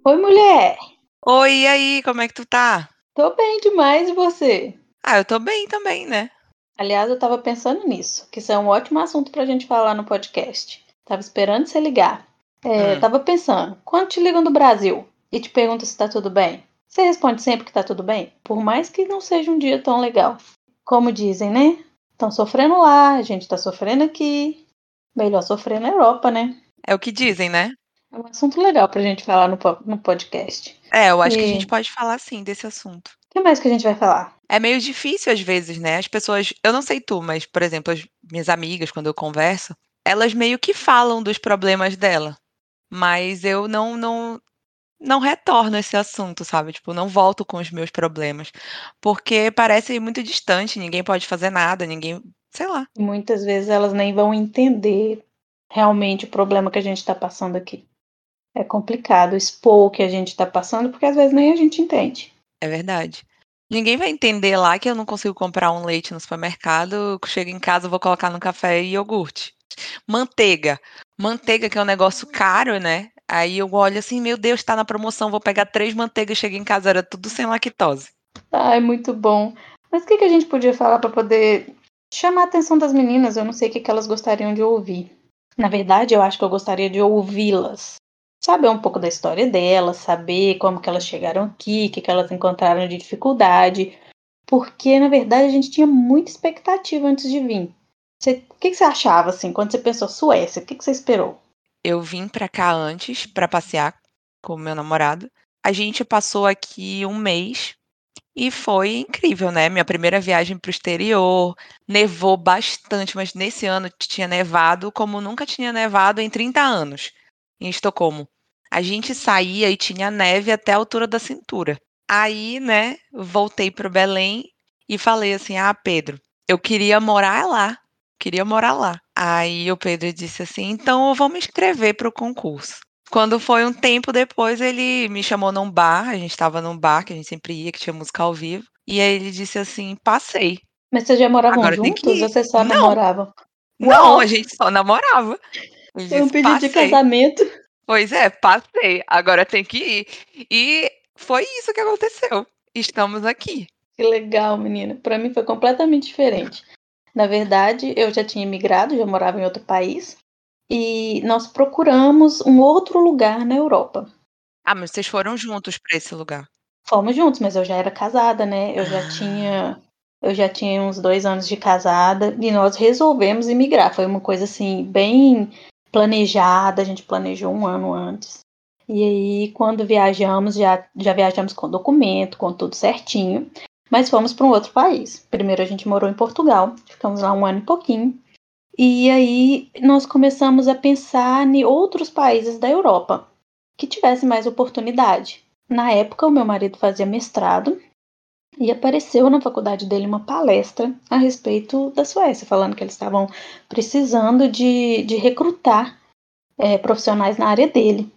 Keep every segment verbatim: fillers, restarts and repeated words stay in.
Oi, mulher! Oi, e aí, como é que tu tá? Tô bem demais, e você? Ah, eu tô bem também, né? Aliás, eu tava pensando nisso, que isso é um ótimo assunto pra gente falar no podcast. Tava esperando você ligar. É, Hum, tava pensando, quando te ligam do Brasil e te perguntam se tá tudo bem, você responde sempre que tá tudo bem? Por mais que não seja um dia tão legal. Como dizem, né? Estão sofrendo lá, a gente tá sofrendo aqui. Melhor sofrer na Europa, né? é o que dizem, né? É um assunto legal pra gente falar no, po- no podcast. É, eu acho que a E gente o pode falar sim desse assunto. que mais que a gente vai falar? É meio difícil às vezes, né? As pessoas, eu não sei tu, mas, por exemplo, as minhas amigas, quando eu converso, elas meio que falam dos problemas dela, mas eu não, não, não retorno esse assunto, sabe? Tipo, não volto com os meus problemas, porque parece muito distante, ninguém pode fazer nada, ninguém, sei lá. Muitas vezes elas nem vão entender realmente o problema que a gente está passando aqui. É complicado expor o que a gente está passando, porque às vezes nem a gente entende. É verdade. Ninguém vai entender lá que eu não consigo comprar um leite no supermercado, chego em casa, eu vou colocar no café e iogurte. Manteiga. Manteiga, que é um negócio caro, né? Aí eu olho assim, meu Deus, tá na promoção, vou pegar três manteigas, cheguei em casa, era tudo sem lactose. Ah, é muito bom. Mas o que, que a gente podia falar para poder chamar a atenção das meninas? Eu não sei o que, que elas gostariam de ouvir. Na verdade, eu acho que eu gostaria de ouvi-las. Saber um pouco da história delas, saber como que elas chegaram aqui, o que, que elas encontraram de dificuldade. Porque, na verdade, a gente tinha muita expectativa antes de vir. Você, o que, que você achava, assim, quando você pensou Suécia? O que, que você esperou? Eu vim pra cá antes pra passear com o meu namorado. A gente passou aqui um mês e foi incrível, né? Minha primeira viagem pro exterior, nevou bastante, mas nesse ano tinha nevado como nunca tinha nevado em trinta anos em Estocolmo. A gente saía e tinha neve até a altura da cintura. Aí, né, voltei pro Belém e falei assim: "Ah, Pedro, eu queria morar lá, queria morar lá". Aí o Pedro disse assim: "Então eu vou me inscrever para o concurso". Quando foi um tempo depois, ele me chamou num bar, a gente estava num bar que a gente sempre ia, que tinha música ao vivo, e aí ele disse assim: "Passei, Mas vocês já moravam agora tem que juntos ou ir". vocês só Não, namoravam? não, a Uau! gente só namorava. Ele Foi um disse: pedido de "Passei". casamento. Pois é, passei, agora tem que ir. E foi isso que aconteceu. Estamos aqui. Que legal, menina. Para mim foi completamente diferente. Na verdade, eu já tinha imigrado, já morava em outro país, e nós procuramos um outro lugar na Europa. Ah, mas vocês foram juntos para esse lugar? Fomos juntos, mas eu já era casada, né? Eu já Ah, tinha, eu já tinha uns dois anos de casada e nós resolvemos imigrar. Foi uma coisa assim bem planejada. A gente planejou um ano antes. E aí, quando viajamos, já, já viajamos com documento, com tudo certinho. Mas fomos para um outro país. Primeiro a gente morou em Portugal, ficamos lá um ano e pouquinho. E aí nós começamos a pensar em outros países da Europa que tivessem mais oportunidade. Na época, o meu marido fazia mestrado e apareceu na faculdade dele uma palestra a respeito da Suécia, falando que eles estavam precisando de, de recrutar é, profissionais na área dele.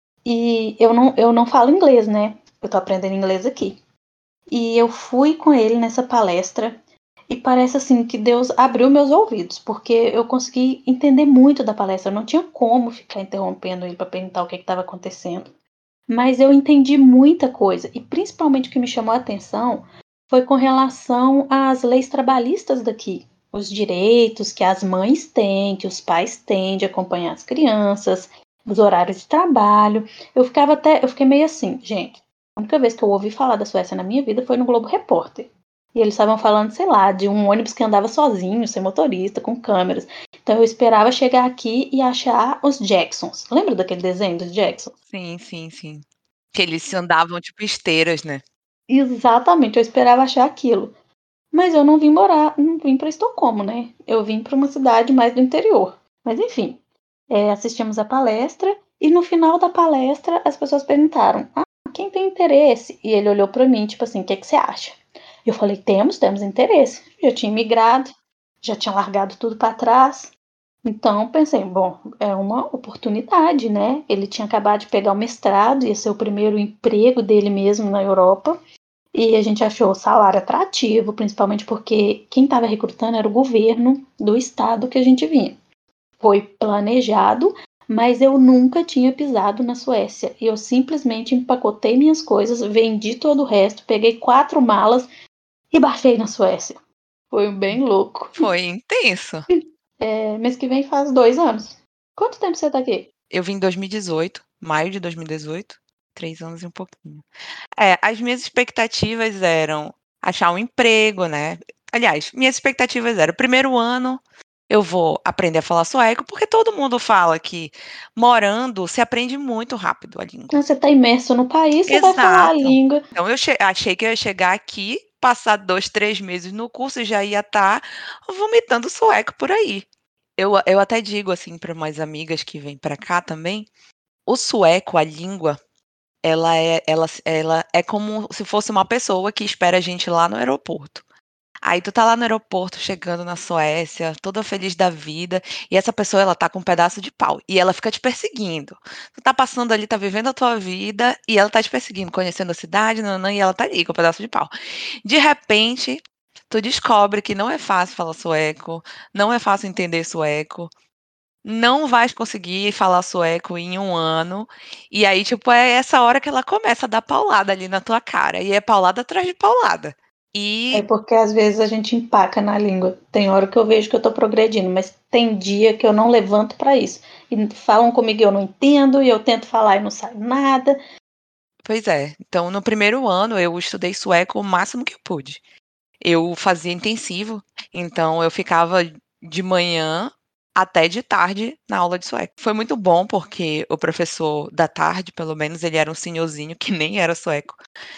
E eu não, eu não falo inglês, né? Eu tô aprendendo inglês aqui. E eu fui com ele nessa palestra e parece assim que Deus abriu meus ouvidos, porque eu consegui entender muito da palestra. Eu não tinha como ficar interrompendo ele para perguntar o que estava acontecendo. Mas eu entendi muita coisa, e principalmente o que me chamou a atenção foi com relação às leis trabalhistas daqui. Os direitos que as mães têm, que os pais têm de acompanhar as crianças, os horários de trabalho. Eu ficava até, eu fiquei meio assim, gente. A única vez que eu ouvi falar da Suécia na minha vida foi no Globo Repórter. E eles estavam falando, sei lá, de um ônibus que andava sozinho, sem motorista, com câmeras. Então eu esperava chegar aqui e achar os Jacksons. Lembra daquele desenho dos Jacksons? sim, sim, sim. Que eles se andavam tipo esteiras, né? Exatamente, eu esperava achar aquilo. Mas eu não vim morar, não vim para Estocolmo, né? Eu vim para uma cidade mais do interior. Mas enfim, é, assistimos a palestra e no final da palestra as pessoas perguntaram: Ah, quem tem interesse? E ele olhou para mim, tipo assim: O que, que você acha? E eu falei: Temos, temos interesse. Já tinha migrado, já tinha largado tudo para trás. Então pensei: Bom, é uma oportunidade, né? Ele tinha acabado de pegar o mestrado, ia ser o primeiro emprego dele mesmo na Europa. E a gente achou o salário atrativo, principalmente porque quem estava recrutando era o governo do estado que a gente vinha. Foi planejado, mas eu nunca tinha pisado na Suécia. E eu simplesmente empacotei minhas coisas, vendi todo o resto, peguei quatro malas e baixei na Suécia. Foi bem louco. Foi intenso. É, mês que vem faz dois anos. Quanto tempo você tá aqui? Eu vim em dois mil e dezoito, maio de dois mil e dezoito, três anos e um pouquinho. É, as minhas expectativas eram achar um emprego, né? Aliás, minhas expectativas eram, primeiro ano eu vou aprender a falar sueco, porque todo mundo fala que morando se aprende muito rápido a língua. Você tá imerso no país, você vai falar a Exato. língua. Então eu che- achei que eu ia chegar aqui, passar dois, três meses no curso e já ia estar vomitando sueco por aí. Eu, eu até digo assim para umas amigas que vêm para cá também, o sueco, a língua, ela é, ela, ela é como se fosse uma pessoa que espera a gente lá no aeroporto. Aí tu tá lá no aeroporto, chegando na Suécia, toda feliz da vida, e essa pessoa, ela tá com um pedaço de pau, e ela fica te perseguindo. Tu tá passando ali, tá vivendo a tua vida, e ela tá te perseguindo, conhecendo a cidade, nanã, e ela tá ali com um pedaço de pau. De repente, tu descobre que não é fácil falar sueco, não é fácil entender sueco, não vais conseguir falar sueco em um ano, e aí, tipo, é essa hora que ela começa a dar paulada ali na tua cara, e é paulada atrás de paulada. É E porque às vezes a gente empaca na língua. Tem hora que eu vejo que eu tô progredindo, mas tem dia que eu não levanto pra isso. E falam comigo e eu não entendo, e eu tento falar e não sai nada. Pois é. Então, no primeiro ano, eu estudei sueco o máximo que eu pude. Eu fazia intensivo, então eu ficava de manhã até de tarde na aula de sueco. Foi muito bom porque o professor da tarde, pelo menos, ele era um senhorzinho que nem era sueco.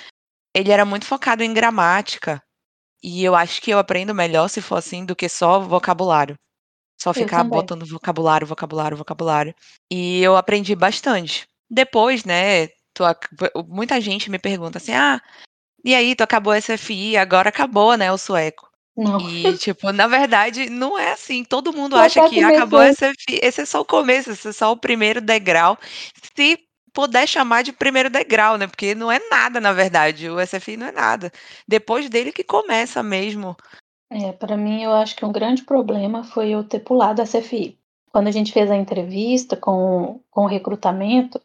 Ele era muito focado em gramática, e eu acho que eu aprendo melhor se for assim do que só vocabulário. Só Eu ficar também. botando vocabulário, vocabulário, vocabulário. E eu aprendi bastante. Depois, né, tu ac- muita gente me pergunta assim: "Ah, e aí, tu acabou a S F I, agora acabou, né, o sueco". Não, E, tipo, na verdade, não é assim. Todo mundo só acha tá que acabou a começando. S F I. Esse é só o começo, esse é só o primeiro degrau. Se puder chamar de primeiro degrau, né? Porque não é nada, na verdade. O S F I não é nada. Depois dele que começa mesmo. É, para mim, eu acho que um grande problema foi eu ter pulado a S F I. Quando a gente fez a entrevista com, com o recrutamento,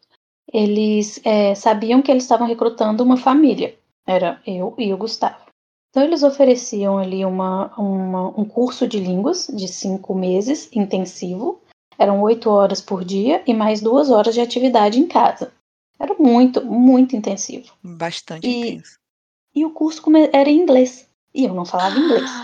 eles é, sabiam que eles estavam recrutando uma família. Era eu e o Gustavo. Então, eles ofereciam ali uma, uma, um curso de línguas de cinco meses, intensivo. Eram oito horas por dia e mais duas horas de atividade em casa. Era muito, muito intensivo. Bastante E, intenso. e o curso era em inglês. E eu não falava inglês.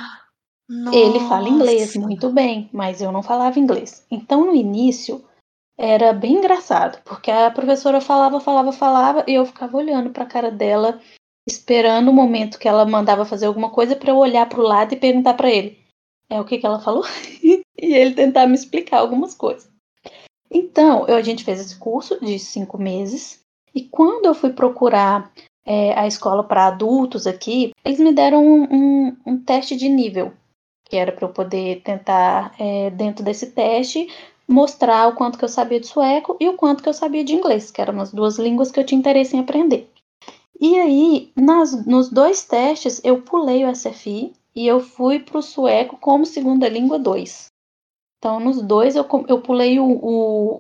Ele fala inglês Nossa! muito bem, mas eu não falava inglês. Então, no início, era bem engraçado, porque a professora falava, falava, falava, e eu ficava olhando para a cara dela, esperando o momento que ela mandava fazer alguma coisa para eu olhar para o lado e perguntar para ele: é o que, que ela falou? E ele tentar me explicar algumas coisas. Então, eu, a gente fez esse curso de cinco meses, e quando eu fui procurar é, a escola para adultos aqui, eles me deram um, um, um teste de nível, que era para eu poder tentar, é, dentro desse teste, mostrar o quanto que eu sabia de sueco e o quanto que eu sabia de inglês, que eram as duas línguas que eu tinha interesse em aprender. E aí, nas, nos dois testes, eu pulei o S F I e eu fui para o sueco como segunda língua dois. Então, nos dois, eu, eu pulei o, o,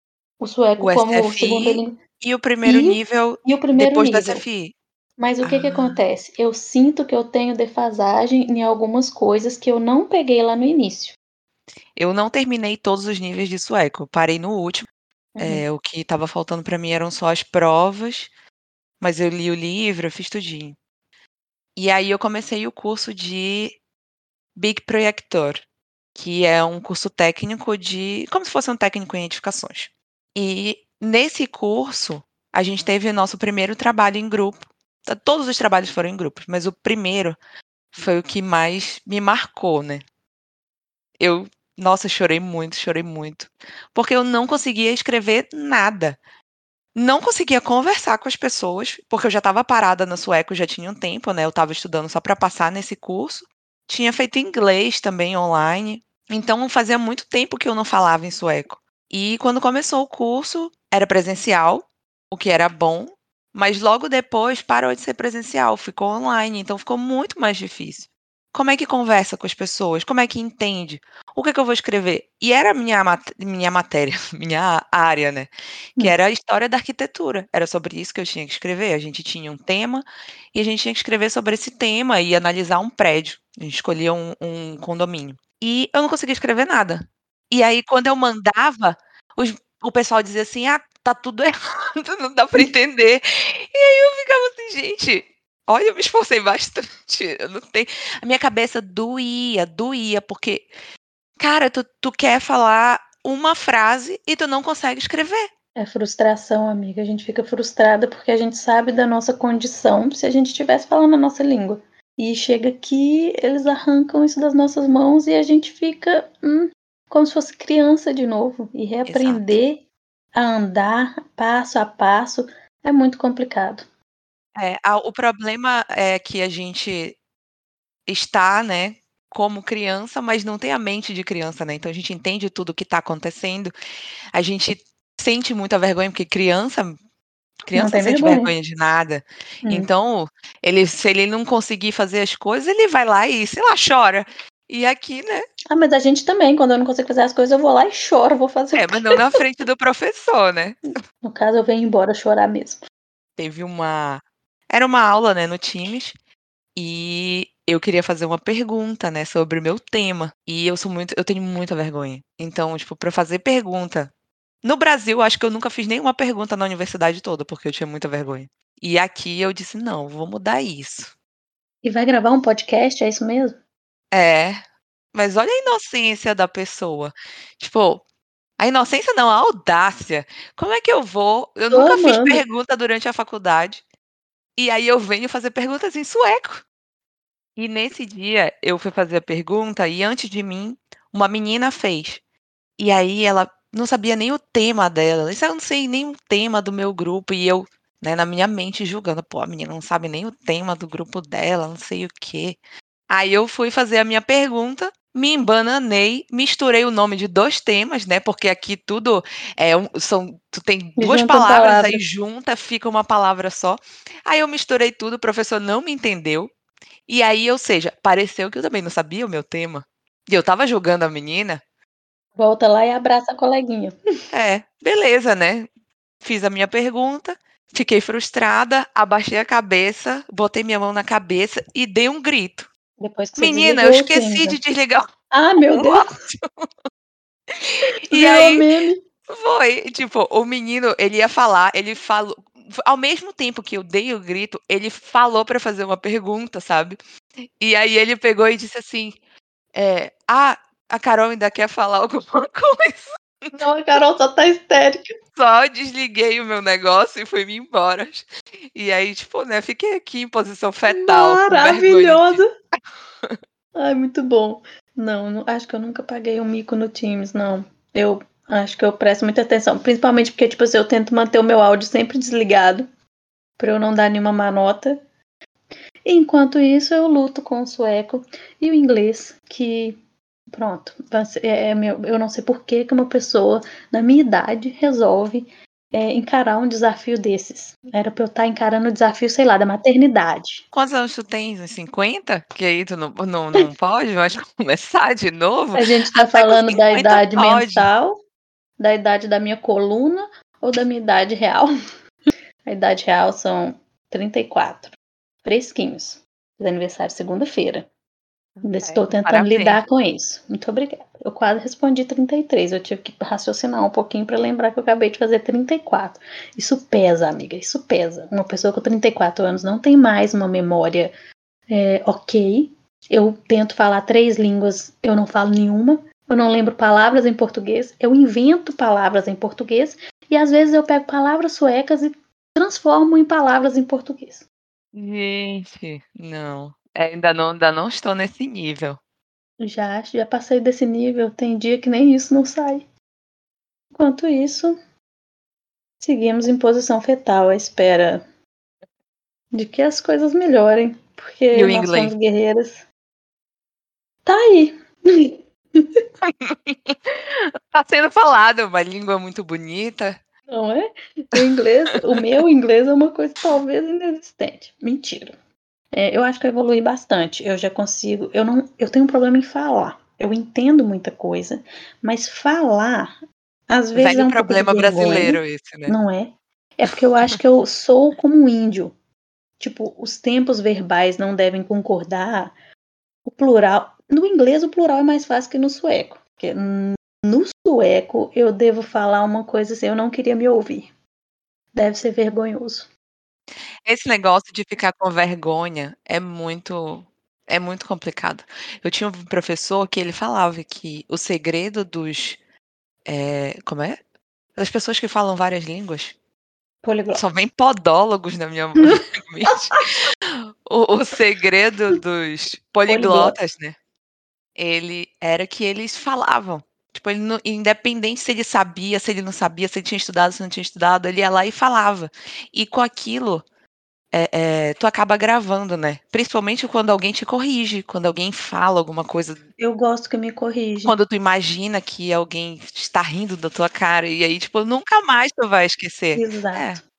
o sueco O como segunda S F I língua e o primeiro e, nível e o primeiro depois do nível. S F I. Mas o que, que Ah. acontece? Eu sinto que eu tenho defasagem em algumas coisas que eu não peguei lá no início. Eu não terminei todos os níveis de sueco, parei no último. Uhum. Eh, o que estava faltando para mim eram só as provas, mas eu li o livro, eu fiz tudinho. E aí eu comecei o curso de Big Projektor, que é um curso técnico de como se fosse um técnico em edificações. E nesse curso, a gente teve o nosso primeiro trabalho em grupo. T todos os trabalhos foram em grupos, mas o primeiro foi o que mais me marcou, né. Eu, nossa, chorei muito, chorei muito, porque eu não conseguia escrever nada. Não conseguia conversar com as pessoas, porque eu já estava parada no sueco já tinha um tempo, né, eu estava estudando só para passar nesse curso. Tinha feito inglês também online, então fazia muito tempo que eu não falava em sueco. E quando começou o curso, era presencial, o que era bom, mas logo depois parou de ser presencial, ficou online, então ficou muito mais difícil. Como é que conversa com as pessoas? Como é que entende? O que é que eu vou escrever? E era a minha, mat minha matéria, minha área, né? Que Hum. era a história da arquitetura. Era sobre isso que eu tinha que escrever. A gente tinha um tema e a gente tinha que escrever sobre esse tema e analisar um prédio. A gente escolhia um, um condomínio. E eu não conseguia escrever nada. E aí, quando eu mandava, os, o pessoal dizia assim: ah, tá tudo errado, não dá pra entender. E aí eu ficava assim, gente, olha, eu me esforcei bastante. Eu não tenho. A minha cabeça doía, doía, porque, cara, tu, tu quer falar uma frase e tu não consegue escrever. É frustração, amiga. A gente fica frustrada porque a gente sabe da nossa condição se a gente estivesse falando a nossa língua. E chega aqui, eles arrancam isso das nossas mãos e a gente fica hum, como se fosse criança de novo. E Exato. reaprender a andar passo a passo é muito complicado. É, a, o problema é que a gente está, né, como criança, mas não tem a mente de criança, né? Então a gente entende tudo o que está acontecendo. A gente sente muita vergonha, porque criança Não criança não tem sente vergonha. vergonha de nada. Hum. Então, ele se ele não conseguir fazer as coisas, ele vai lá e, sei lá, chora. E aqui, né, Ah, mas a gente também, quando eu não consigo fazer as coisas, eu vou lá e choro, vou fazer o é, mas quê? não na frente do professor, né. No caso, eu venho embora chorar mesmo. Teve uma era uma aula, né, no Teams, e eu queria fazer uma pergunta, né, sobre o meu tema, e eu sou muito eu tenho muita vergonha. Então, tipo, pra fazer pergunta no Brasil, acho que eu nunca fiz nenhuma pergunta na universidade toda, porque eu tinha muita vergonha. E aqui eu disse: "Não, vou mudar isso". E vai gravar um podcast, é isso mesmo? É, mas olha a inocência da pessoa. Tipo, a inocência não, a audácia. Como é que eu vou eu Tô nunca fiz amando. pergunta durante a faculdade, e aí eu venho fazer perguntas em sueco. E nesse dia eu fui fazer a pergunta e antes de mim, uma menina fez. E aí ela não sabia nem o tema dela, ela disse: "Eu não sei nem o tema do meu grupo", e eu, né, na minha mente julgando: "Pô, a menina não sabe nem o tema do grupo dela, não sei o quê". Aí eu fui fazer a minha pergunta, me embananei, misturei o nome de dois temas, né, porque aqui tudo é um são tu tem Me duas juntam palavras, aí palavras. junta, fica uma palavra só. Aí eu misturei tudo, o professor não me entendeu, e aí, ou seja, pareceu que eu também não sabia o meu tema, e eu estava julgando a menina. Volta lá e abraça a coleguinha. É, beleza, né, fiz a minha pergunta, fiquei frustrada, abaixei a cabeça, botei minha mão na cabeça e dei um grito: Depois que você "Menina, eu desligou o Teams, esqueci né? de desligar Ah, meu o Deus, áudio". E virou aí meme. foi, tipo, o menino, ele ia falar, ele falou ao mesmo tempo que eu dei o grito, ele falou pra fazer uma pergunta, sabe. E aí ele pegou e disse assim, eh: "Ah, a Carol ainda quer falar alguma coisa". Não, a Carol só tá histérica. Só desliguei o meu negócio e fui-me embora. E aí, tipo, né, fiquei aqui em posição fetal, com vergonha de Maravilhoso. Ai, muito bom. Não, não, acho que eu nunca paguei um mico no Teams, não. Eu acho que eu presto muita atenção, principalmente porque, tipo assim, eu tento manter o meu áudio sempre desligado, pra eu não dar nenhuma má nota. Enquanto isso, eu luto com o sueco e o inglês, que, pronto, é, é meu, eu não sei por que que uma pessoa na minha idade resolve é, encarar um desafio desses. Era pra eu estar encarando o desafio, sei lá, da maternidade. Quantos anos tu tens? Uns cinquenta? Que aí tu não não não pode mais começar de novo? A gente tá Até com falando da cinquenta idade pode. mental, da idade da minha coluna ou da minha idade real? A idade real são trinta e quatro, fresquinhos. Fiz aniversário segunda-feira. Ainda É, estou tentando parabéns. lidar com isso. Muito obrigada. Eu quase respondi trinta e três. Eu tive que raciocinar um pouquinho para lembrar que eu acabei de fazer trinta e quatro. Isso pesa, amiga. Isso pesa. Uma pessoa com trinta e quatro anos não tem mais uma memória é, ok. Eu tento falar três línguas, eu não falo nenhuma. Eu não lembro palavras em português. Eu invento palavras em português. E às vezes eu pego palavras suecas e transformo em palavras em português. Gente, não. É, ainda não ainda não estou nesse nível. Já, já passei desse nível. Tem dia que nem isso não sai. Enquanto isso, seguimos em posição fetal à espera de que as coisas melhorem, E porque o nós inglês? somos guerreiras. Tá aí. Tá sendo falado, uma língua muito bonita. Não é? O inglês, o meu inglês é uma coisa talvez inexistente. Mentira. É, eu acho que eu evoluí bastante. Eu já consigo. Eu não. Eu tenho um problema em falar. Eu entendo muita coisa, mas falar, às vezes é Velho um pouco de problema vergonha, brasileiro esse, né? não é? É porque eu acho que eu sou como um índio. Tipo, os tempos verbais não devem concordar. O plural. No inglês, o plural é mais fácil que no sueco. Porque no sueco, eu devo falar uma coisa assim, eu não queria me ouvir. Deve ser vergonhoso. Esse negócio de ficar com vergonha é muito é muito complicado. Eu tinha um professor que ele falava que o segredo dos, eh, como é? Das pessoas que falam várias línguas, só vem Poliglotas. podólogos na minha mente. O o segredo dos Poliglotas. poliglotas, né, ele era que eles falavam. Tipo, ele não independente se ele sabia, se ele não sabia, se ele tinha estudado, se não tinha estudado, ele ia lá e falava. E com aquilo, eh eh, tu acaba gravando, né, principalmente quando alguém te corrige, quando alguém fala alguma coisa Eu gosto que me corrige. quando tu imagina que alguém está rindo da tua cara, e aí, tipo, nunca mais tu vai esquecer. É. Exato.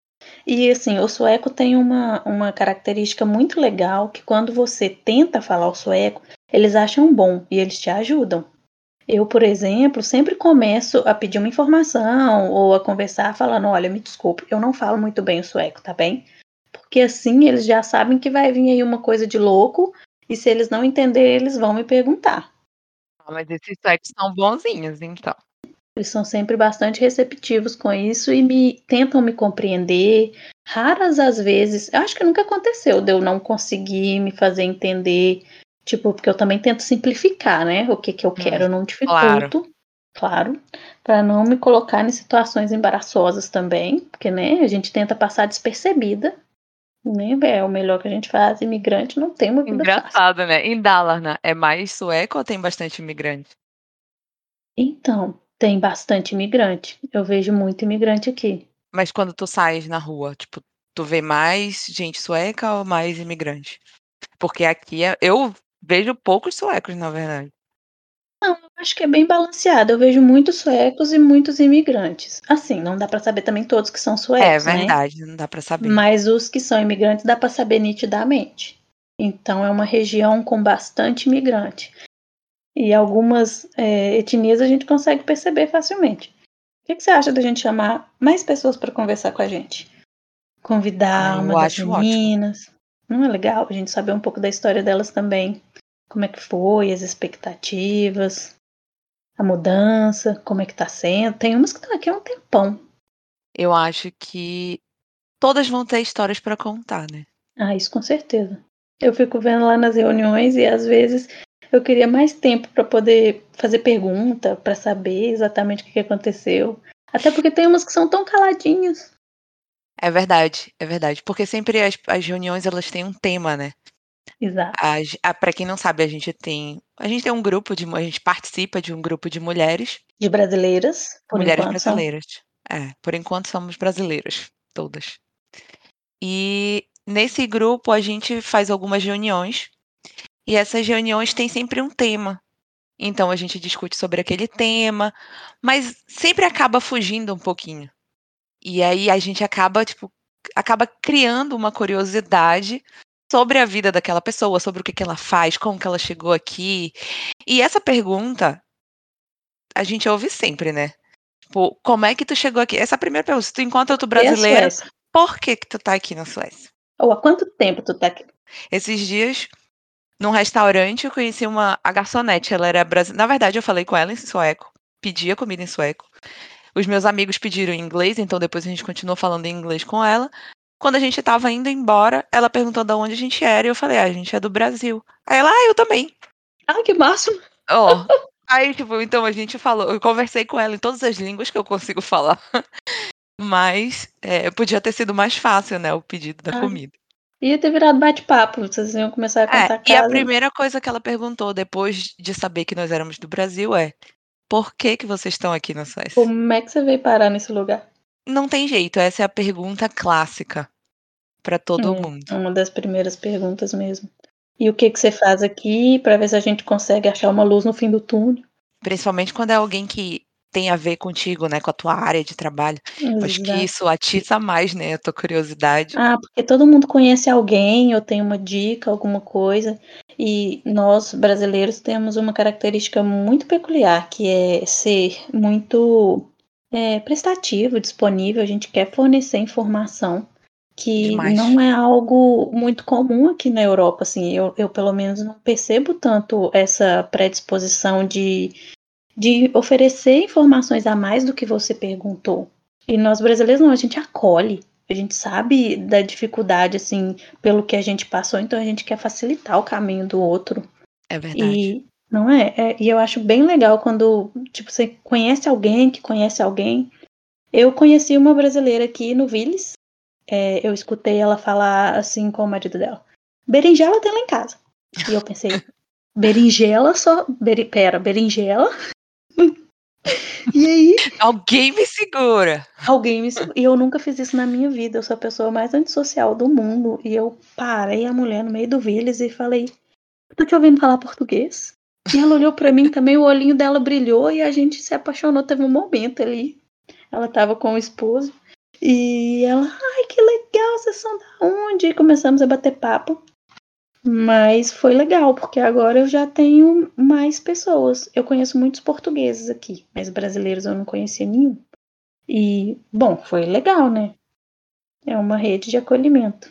E assim, o sueco tem uma uma característica muito legal, que quando você tenta falar o sueco, eles acham bom e eles te ajudam. Eu, por exemplo, sempre começo a pedir uma informação ou a conversar falando: "Olha, me desculpe, eu não falo muito bem o sueco, tá bem?". Porque assim eles já sabem que vai vir aí uma coisa de louco, e se eles não entenderem, eles vão me perguntar. Ah, mas esses suecos são bonzinhos, então. Eles são sempre bastante receptivos com isso e me tentam me compreender. Raras as vezes, eu acho que nunca aconteceu de eu não conseguir me fazer entender, tipo, porque eu também tento simplificar, né, o que que eu Hum, quero, eu não claro. dificulto, claro, para não me colocar em situações embaraçosas também, porque, né, a gente tenta passar despercebida, né, é o melhor que a gente faz, imigrante não tem uma vida fácil. Engraçado, né. Em Dalarna, é mais sueco ou tem bastante imigrante? Então, tem bastante imigrante, eu vejo muito imigrante aqui. Mas quando tu sais na rua, tipo, tu vê mais gente sueca ou mais imigrante? Porque aqui é eu vejo poucos suecos, na verdade. Não, eu acho que é bem balanceado, eu vejo muitos suecos e muitos imigrantes. Assim, não dá pra saber também todos que são É suecos, né, verdade, não dá pra saber. mas os que são imigrantes dá pra saber nitidamente. Então é uma região com bastante imigrante. E algumas, eh, etnias a gente consegue perceber facilmente. O que que você acha da gente chamar mais pessoas pra conversar com a gente? Ah, Convidar uma eu das acho ótimo. meninas, não é legal a gente saber um pouco da história delas também, como é que foi, as expectativas. A mudança, como é que tá sendo. Tem umas que estão aqui há um tempão. Eu acho que todas vão ter histórias pra contar, né. Ah, isso com certeza. Eu fico vendo lá nas reuniões e às vezes eu queria mais tempo para poder fazer pergunta, para saber exatamente o que que aconteceu. Até porque tem umas que são tão caladinhas. É verdade, é verdade, porque sempre as as reuniões elas têm um tema, né. Exato. A gen ah, pra quem não sabe, a gente tem a gente tem um grupo de mu a gente participa de um grupo de mulheres De brasileiras, por mulheres enquanto são. brasileiras. É, por enquanto somos brasileiras, todas. E nesse grupo a gente faz algumas reuniões, e essas reuniões têm sempre um tema. Então a gente discute sobre aquele tema, mas sempre acaba fugindo um pouquinho. E aí a gente acaba, tipo, acaba criando uma curiosidade sobre a vida daquela pessoa, sobre o que que ela faz, como que ela chegou aqui. E essa pergunta a gente ouve sempre, né. Tipo, como é que tu chegou aqui? Essa é a primeira pergunta, se tu encontra Por outro que a brasileiro, Suécia? por que que tu tá aqui na Suécia? Ou há quanto tempo tu tá aqui? Esses dias, num restaurante, eu conheci uma a garçonete, ela era brasi na verdade eu falei com ela em sueco, pedi a comida em sueco. Os meus amigos pediram em inglês, então depois a gente continuou falando em inglês com ela. Quando a gente estava indo embora, ela perguntou da onde a gente era e eu falei: "Ah, a gente é do Brasil". Aí ela: "Ah, eu também". Ah, que máximo. Ó, aí tipo, então a gente falou eu conversei com ela em todas as línguas que eu consigo falar, mas, eh, podia ter sido mais fácil, né, o pedido da Ai, comida. ia ter virado bate-papo, vocês iam começar a É, contar e a casa. primeira coisa que ela perguntou depois de saber que nós éramos do Brasil é: "Por que que vocês estão aqui na Suécia?". Como é que você veio parar nesse lugar? Não tem jeito, essa é a pergunta clássica pra todo Hum, mundo. é uma das primeiras perguntas mesmo. E o que que você faz aqui, pra ver se a gente consegue achar uma luz no fim do túnel? Principalmente quando é alguém que tem a ver contigo, né, com a tua área de trabalho. Eu acho que Exato. isso atiça mais, né, a tua curiosidade. Ah, porque todo mundo conhece alguém, ou tem uma dica, alguma coisa, e nós brasileiros temos uma característica muito peculiar, que é ser muito é, prestativo, disponível, a gente quer fornecer informação, que Demais. não é algo muito comum aqui na Europa, assim, eu, eu pelo menos não percebo tanto essa predisposição de, de oferecer informações a mais do que você perguntou. E nós brasileiros não, a gente acolhe. A gente sabe da dificuldade, assim, pelo que a gente passou, então a gente quer facilitar o caminho do outro. É verdade. E não é? É, e eu acho bem legal quando, tipo, você conhece alguém que conhece alguém. Eu conheci uma brasileira aqui no Village. É, eu escutei ela falar assim com o marido dela: berinjela tem lá em casa. E eu pensei: berinjela só. Beri, pera, berinjela? E aí Alguém me segura. alguém me segura. E eu nunca fiz isso na minha vida. Eu sou a pessoa mais antissocial do mundo. E eu parei a mulher no meio do Village e falei: tô te ouvindo falar português? E ela olhou pra mim também, o olhinho dela brilhou e a gente se apaixonou. Teve um momento ali. Ela tava com o esposo. E ela, ai, que legal, vocês são da onde? E começamos a bater papo. Mas foi legal, porque agora eu já tenho mais pessoas. Eu conheço muitos portugueses aqui, mas brasileiros eu não conhecia nenhum. E, bom, foi legal, né? É uma rede de acolhimento.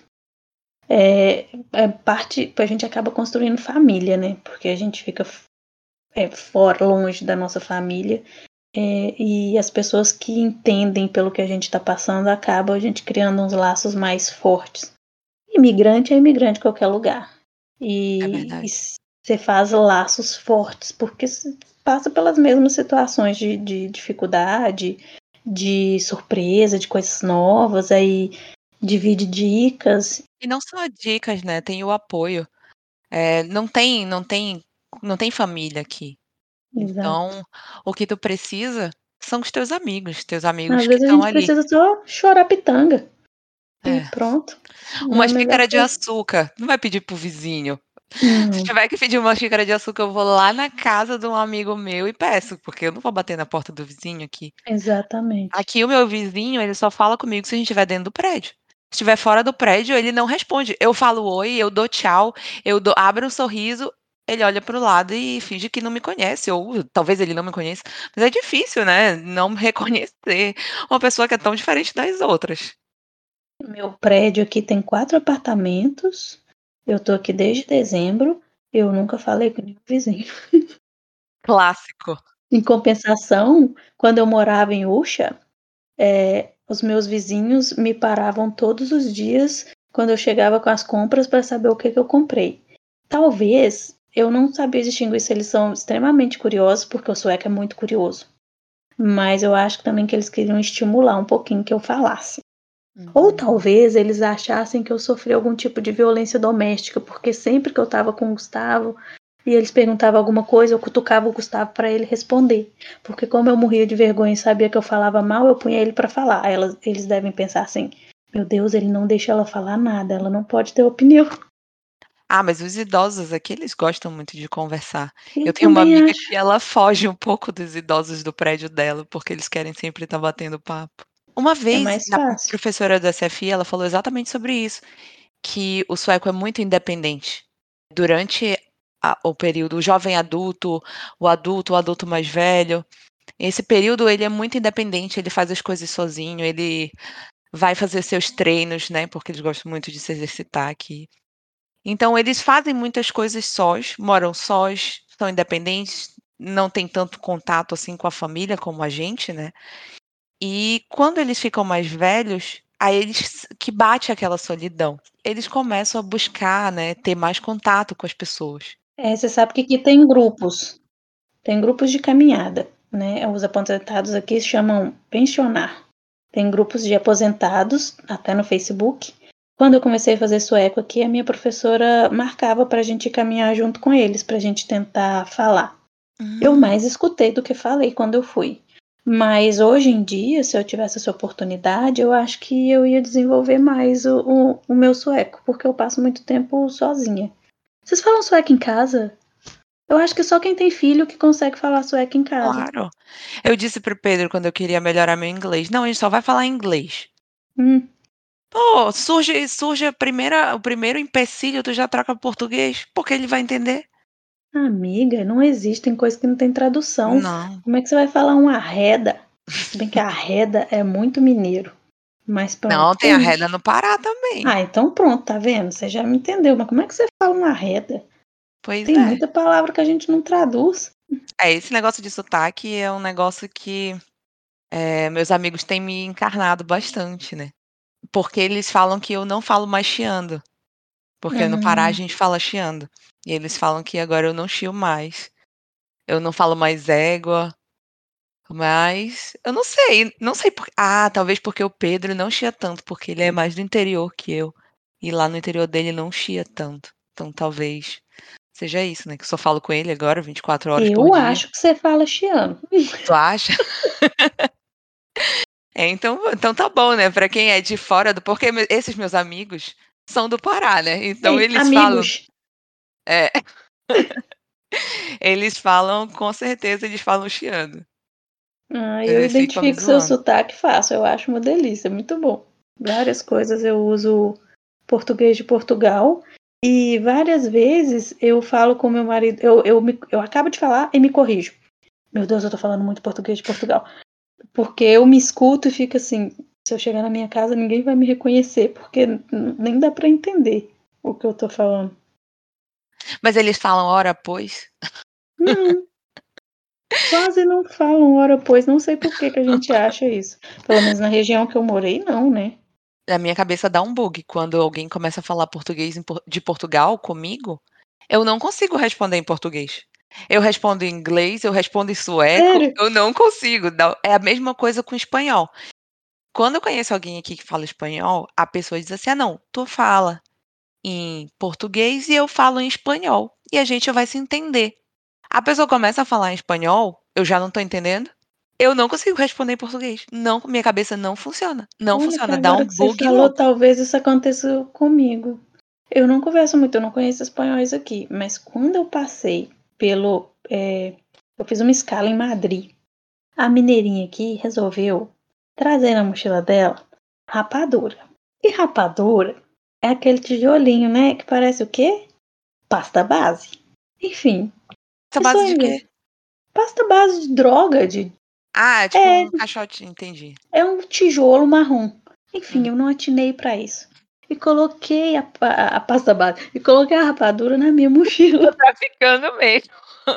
É, é parte, a gente acaba construindo família, né? Porque a gente fica é, fora, longe da nossa família. É, e as pessoas que entendem pelo que a gente está passando, acaba a gente criando uns laços mais fortes. Imigrante é imigrante em qualquer lugar. É E, e verdade. você faz laços fortes, porque você passa pelas mesmas situações de, de dificuldade, de surpresa, de coisas novas, aí divide dicas. E não só dicas, né, tem o apoio. Eh, não tem não tem não tem família aqui. Exato. Então, o que tu precisa são os teus amigos, teus Às amigos que vezes a estão gente ali. precisa só chorar pitanga e É. pronto. É Uma a melhor xícara de coisa. açúcar, não vai pedir para o vizinho. Se Não, tiver que pedir uma xícara de açúcar, eu vou lá na casa de um amigo meu e peço, porque eu não vou bater na porta do vizinho aqui. exatamente. Aqui o meu vizinho, ele só fala comigo se a gente estiver dentro do prédio. Se estiver fora do prédio, ele não responde. Eu falo oi, eu dou tchau, eu dou abro um sorriso, ele olha para o lado e finge que não me conhece, ou talvez ele não me conheça, mas é difícil, né, não reconhecer uma pessoa que é tão diferente das outras. Meu prédio aqui tem quatro apartamentos. Eu tô aqui desde dezembro. Eu nunca falei com nenhum vizinho. Clássico. Em compensação, quando eu morava em Usha, eh, os meus vizinhos me paravam todos os dias quando eu chegava com as compras para saber o que que eu comprei. Talvez eu não sabia distinguir se eles são extremamente curiosos, porque o sueco é muito curioso, mas eu acho também que eles queriam estimular um pouquinho que eu falasse. Ou Uhum. talvez eles achassem que eu sofri algum tipo de violência doméstica, porque sempre que eu estava com o Gustavo e eles perguntavam alguma coisa, eu cutucava o Gustavo para ele responder. Porque como eu morria de vergonha e sabia que eu falava mal, eu punha ele para falar. Aí elas, eles devem pensar assim: meu Deus, ele não deixa ela falar nada, ela não pode ter opinião. Ah, mas os idosos aqui, eles gostam muito de conversar. Eu Eu tenho uma também amiga acho. que ela foge um pouco dos idosos do prédio dela, porque eles querem sempre estar batendo papo. Uma É vez, mais a fácil. professora do S F I, ela falou exatamente sobre isso, que o sueco é muito independente. Durante a o período o jovem adulto, o adulto, o adulto mais velho, esse período ele é muito independente, ele faz as coisas sozinho, ele vai fazer seus treinos, né, porque eles gostam muito de se exercitar aqui. Então eles fazem muitas coisas sós, moram sós, são independentes, não têm tanto contato, assim, com a família como a gente, né. E quando eles ficam mais velhos, aí eles que bate aquela solidão. Eles começam a buscar, né, ter mais contato com as pessoas. É, você sabe que aqui tem grupos. Tem grupos de caminhada, né? Os aposentados aqui se chamam pensionar. Tem grupos de aposentados, até no Facebook. Quando eu comecei a fazer sueco aqui, a minha professora marcava para a gente caminhar junto com eles, para a gente tentar falar. Eu Hum. mais escutei do que falei quando eu fui. Mas hoje em dia, se eu tivesse essa oportunidade, eu acho que eu ia desenvolver mais o, o, o meu sueco, porque eu passo muito tempo sozinha. Vocês falam sueco em casa? Eu acho que só quem tem filho que consegue falar sueco em casa. Claro. Eu disse pro Pedro quando eu queria melhorar meu inglês: "Não, a gente só vai falar inglês". Hum. Pô, surge surge a primeira o primeiro empecilho, tu já troca para português, porque ele vai entender. Amiga, não existem coisas que não tem tradução. Não. Como é que você vai falar um arreda? Se bem que arreda é muito mineiro. Mas Não, pronto. tem arreda no Pará também. Ah, então pronto, tá vendo? Você já me entendeu. Mas como é que você fala um arreda? Pois Tem é. muita palavra que a gente não traduz. É, esse negócio de sotaque é um negócio que, eh, meus amigos têm me encarnado bastante, né. Porque eles falam que eu não falo mais chiando, porque no Pará a Hum. gente fala chiando. E eles falam que agora eu não chio mais. Eu não falo mais égua, mas eu não sei, não sei por ah, talvez porque o Pedro não chia tanto, porque ele é mais do interior que eu, e lá no interior dele não chia tanto. Então talvez seja isso, né, que eu só falo com ele agora vinte e quatro horas por Eu dia. acho que você fala chiano. Tu acha? É, então então tá bom, né, pra quem é de fora do porque me esses meus amigos são do Pará, né, então Ei, eles falam amigos. é. Eles falam com certeza eles falam chiando. Ah, Mas eu eles ficam me identifico seu zoando. sotaque fácil. Eu acho uma delícia, muito bom. Várias coisas eu uso português de Portugal e várias vezes eu falo com meu marido. Eu, eu, me, eu acabo de falar e me corrijo. Meu Deus, eu tô falando muito português de Portugal. Porque eu me escuto e fico assim: se eu chegar na minha casa, ninguém vai me reconhecer, porque nem dá pra entender o que eu tô falando. Mas eles falam ora pois? Não, quase não falam ora pois, não sei por que que a gente acha isso. Pelo menos na região que eu morei, não, né? A minha cabeça dá um bug quando alguém começa a falar português em Por de Portugal comigo, eu não consigo responder em português. Eu respondo em inglês, eu respondo em sueco, Sério? eu não consigo, dá é a mesma coisa com espanhol. Quando eu conheço alguém aqui que fala espanhol, a pessoa diz assim: "Ah, não, tu fala em português e eu falo em espanhol, e a gente vai se entender". A pessoa começa a falar em espanhol, eu já não tô entendendo, eu não consigo responder em português. Não, minha cabeça não funciona, não Olha que funciona, dá agora um que você bug falou, louco. talvez isso aconteça comigo. Eu não converso muito, eu não conheço espanhóis aqui, mas quando eu passei pelo. É, eu fiz uma escala em Madrid. A mineirinha aqui resolveu trazer na mochila dela rapadura. E rapadura é aquele tijolinho, né? Que parece o quê? Pasta base. Enfim, Essa isso base de aí. quê? Pasta base de droga, de. Ah, é tipo É, um caixote, entendi. é um tijolo marrom. Enfim, Hum. eu não atinei pra isso. E coloquei a, a, a pasta base. E coloquei a rapadura na minha mochila. Tô traficando mesmo.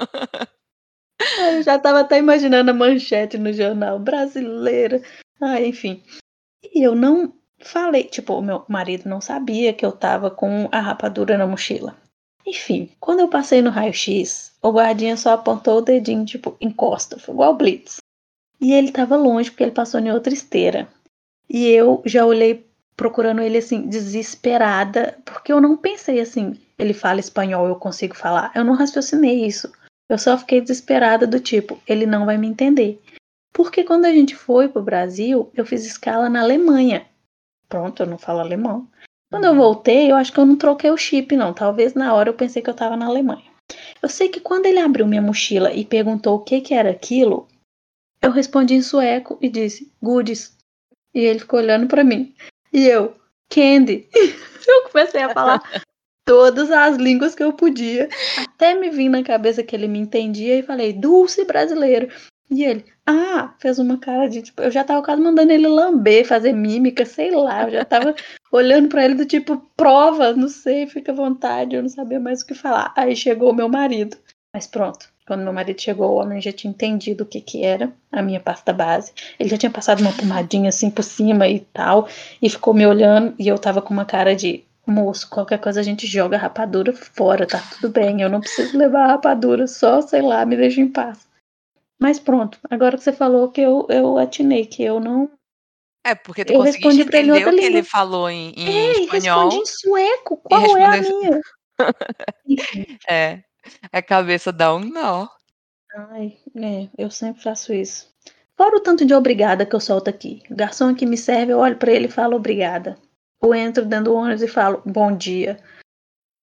Ai, eu já tava até imaginando a manchete no jornal brasileira. Ah, enfim. E eu não falei, tipo, o meu marido não sabia que eu tava com a rapadura na mochila. Enfim, quando eu passei no raio-x, o guardinha só apontou o dedinho, tipo, encosta, foi igual Blitz. E ele tava longe, porque ele passou em outra esteira. E eu já olhei procurando ele, assim, desesperada, porque eu não pensei assim, ele fala espanhol, eu consigo falar. Eu não raciocinei isso. Eu só fiquei desesperada do tipo, ele não vai me entender. Porque quando a gente foi pro Brasil, eu fiz escala na Alemanha. Pronto, eu não falo alemão. Quando eu Uhum. voltei, eu acho que eu não troquei o chip, não. Talvez na hora eu pensei que eu tava na Alemanha. Eu sei que quando ele abriu minha mochila e perguntou o que que era aquilo, eu respondi em sueco e disse, goodies. E ele ficou olhando pra mim. E eu, candy. Eu comecei a falar todas as línguas que eu podia, até me vir na cabeça que ele me entendia e falei, dulce brasileiro. E ele, ah, fez uma cara de tipo, eu já tava quase mandando ele lamber, fazer mímica, sei lá, eu já tava olhando pra ele do tipo, prova, não sei, fica à vontade, eu não sabia mais o que falar. Aí chegou o meu marido, mas pronto, quando meu marido chegou, o homem já tinha entendido o que que era a minha pasta base, ele já tinha passado uma pomadinha assim por cima e tal, e ficou me olhando, e eu tava com uma cara de, moço, qualquer coisa a gente joga a rapadura fora, tá tudo bem, eu não preciso levar a rapadura, só, sei lá, me deixa em paz. Mas pronto, agora que você falou que eu, eu atinei, que eu não. É, porque tu Eu conseguiste respondi pra ele em entender outra o que ele língua. falou em em É, e respondi espanhol em sueco. e Qual é a respondeu minha? Enfim. é, a cabeça dá um nó. Ai, é, eu sempre faço isso. Fora o tanto de obrigada que eu solto aqui. O garçom que me serve, eu olho pra ele e falo obrigada. Ou entro dentro do ônibus e falo bom dia.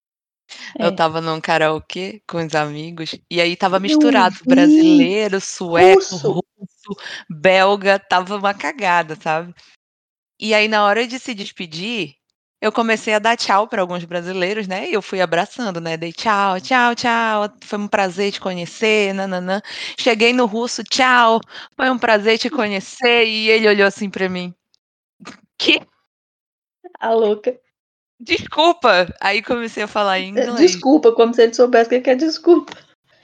Eu É. estava num karaokê com os amigos, e aí estava Eu misturado vi brasileiro, sueco, russo. russo, belga, estava uma cagada, sabe. E aí na hora de se despedir, eu comecei a dar tchau para alguns brasileiros, né, e eu fui abraçando, né, dei tchau, tchau, tchau, foi um prazer te conhecer, nã-nã-nã. Cheguei no russo, tchau, foi um prazer te conhecer, e ele olhou assim para mim, que A louca. desculpa, aí comecei a falar em inglês. Desculpa, como se ele soubesse o que que é desculpa.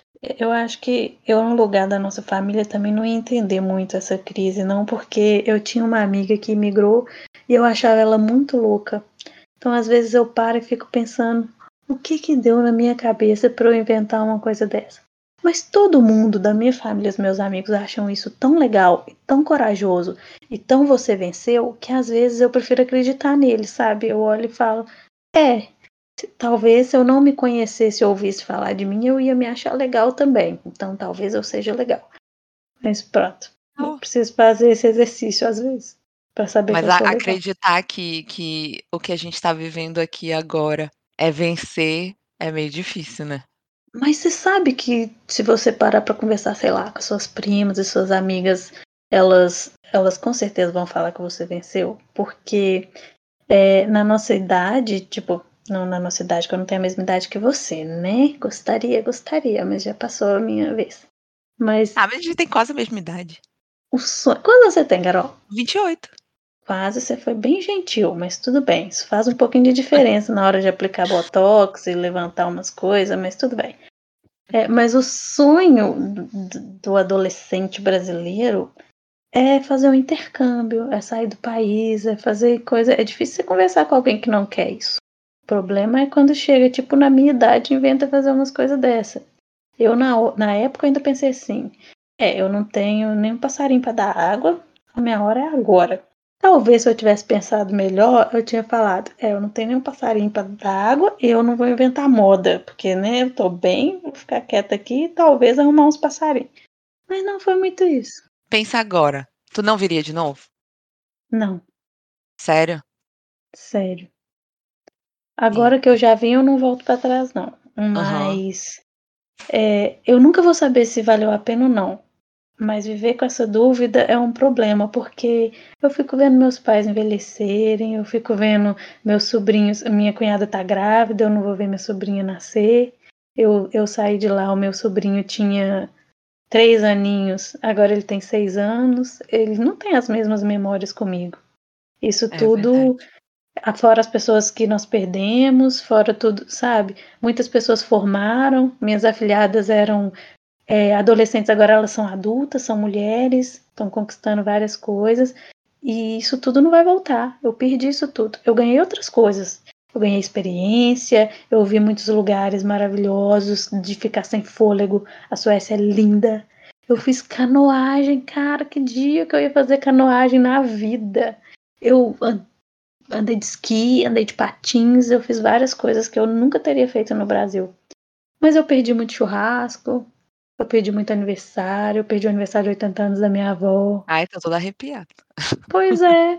Eu acho que eu, no lugar da nossa família, também não ia entender muito essa crise, não, porque eu tinha uma amiga que imigrou e eu achava ela muito louca. Então, às vezes, eu paro e fico pensando o que que deu na minha cabeça para eu inventar uma coisa dessa. Mas todo mundo da minha família, os meus amigos, acham isso tão legal, e tão corajoso e tão você venceu, que às vezes eu prefiro acreditar nele, sabe? Eu olho e falo, é, talvez se eu não me conhecesse ou ouvisse falar de mim, eu ia me achar legal também. Então talvez eu seja legal. Mas pronto. Eu Oh. preciso fazer esse exercício às vezes. Pra saber que Mas eu a sou legal. acreditar que que o que a gente tá vivendo aqui agora é vencer, é meio difícil, né. Mas você sabe que se você parar pra conversar, sei lá, com suas primas e suas amigas, elas, elas com certeza vão falar que você venceu? Porque é, na nossa idade, tipo, não na nossa idade, que eu não tenho a mesma idade que você, né? Gostaria, gostaria, mas já passou a minha vez. Mas Ah, mas a gente tem quase a mesma idade. o sonho. Quando você tem, Carol? vinte e oito. Quase, você foi bem gentil, mas tudo bem. Isso faz um pouquinho de diferença na hora de aplicar botox e levantar umas coisas, mas tudo bem. É, mas o sonho do, do adolescente brasileiro é fazer um intercâmbio, é sair do país, é fazer coisa. É difícil você conversar com alguém que não quer isso. O problema é quando chega, tipo, na minha idade, inventa fazer umas coisas dessa. Eu, na, na época, ainda pensei assim: é, eu não tenho nem um passarinho para dar água, a minha hora é agora. Talvez se eu tivesse pensado melhor, eu tinha falado: é, eu não tenho nenhum passarinho para dar água e eu não vou inventar moda, porque, né, eu tô bem, vou ficar quieta aqui e talvez arrumar uns passarinhos. Mas não foi muito isso. Pensa agora, tu não viria de novo? Não, Sério? sério. Agora que Eita. eu já vim, eu não volto para trás, não. Aham. Mas é, eu nunca vou saber se valeu a pena ou não. Mas viver com essa dúvida é um problema, porque eu fico vendo meus pais envelhecerem, eu fico vendo meus sobrinhos, minha cunhada tá grávida, eu não vou ver minha sobrinha nascer. Eu, eu saí de lá, o meu sobrinho tinha três aninhos, agora ele tem seis anos, ele não tem as mesmas memórias comigo. Isso É verdade. tudo, fora as pessoas que nós perdemos, fora tudo, sabe? Muitas pessoas formaram, minhas afilhadas eram é, adolescentes, agora elas são adultas, são mulheres, estão conquistando várias coisas, e isso tudo não vai voltar. Eu perdi isso tudo. Eu ganhei outras coisas. Eu ganhei experiência, eu vi muitos lugares maravilhosos, de ficar sem fôlego. A Suécia é linda. Eu fiz canoagem, cara, que dia que eu ia fazer canoagem na vida. Eu andei de esqui, andei de patins, eu fiz várias coisas que eu nunca teria feito no Brasil. Mas eu perdi muito churrasco, eu perdi muito aniversário, eu perdi o aniversário de oitenta anos da minha avó. Ai, tô toda arrepiada. Pois é,